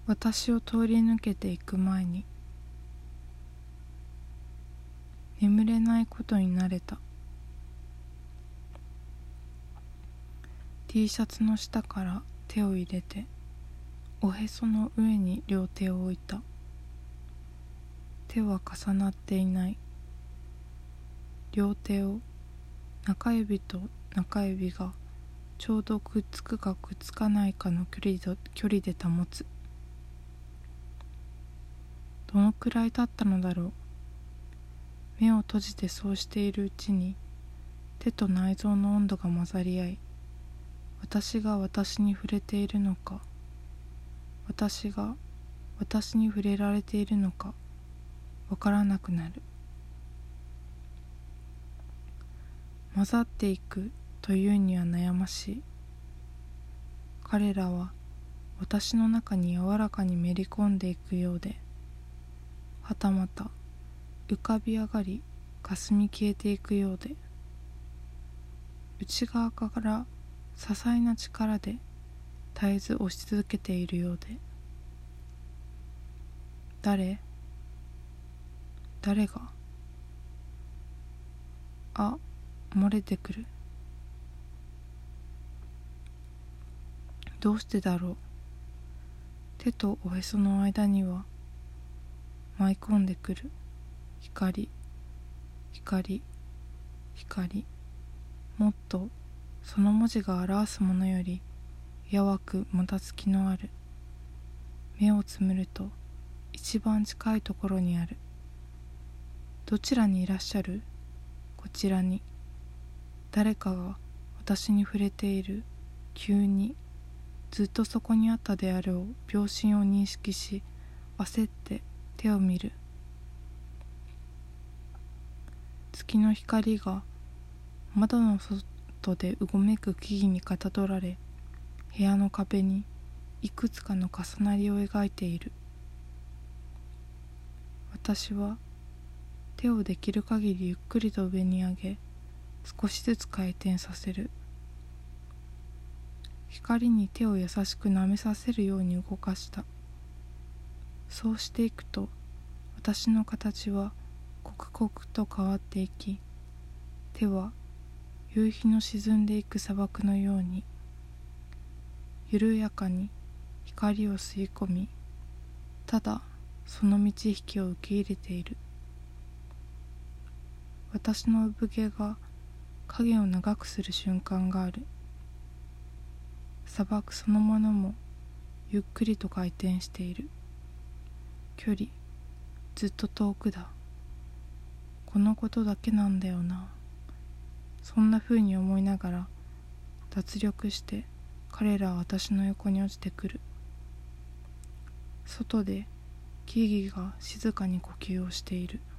私を通り抜けていく前に眠れないことになれた。 T シャツの下から手を入れておへその上に両手を置いた。手は重なっていない。両手を中指と中指がちょうどくっつくかくっつかないかの距離で保つ。どのくらい経ったのだろう。目を閉じてそうしているうちに手と内臓の温度が混ざり合い、私が私に触れているのか、私が私に触れられているのかわからなくなる。混ざっていくというには悩ましい。彼らは私の中に柔らかにめり込んでいくようで、はたまた浮かび上がり霞み消えていくようで、内側から些細な力で絶えず押し続けているようで。誰が漏れてくる。どうしてだろう。手とおへその間には舞い込んでくる光、もっとその文字が表すものよりやわくもたつきのある。目をつむると一番近いところにある。どちらにいらっしゃる？こちらに。誰かが私に触れている。急にずっとそこにあったであろう秒針を認識し、焦って手を見る。月の光が窓の外でうごめく木々にかたどられ、部屋の壁にいくつかの重なりを描いている。私は手をできる限りゆっくりと上に上げ、少しずつ回転させる。光に手を優しく舐めさせるように動かした。そうしていくと、私の形は刻々と変わっていき、手は夕日の沈んでいく砂漠のように緩やかに光を吸い込み、ただその満ち引きを受け入れている。私の産毛が影を長くする瞬間がある。砂漠そのものもゆっくりと回転している。距離ずっと遠くだ。このことだけなんだよな。そんな風に思いながら脱力して彼らは私の横に落ちてくる。外で木々が静かに呼吸をしている。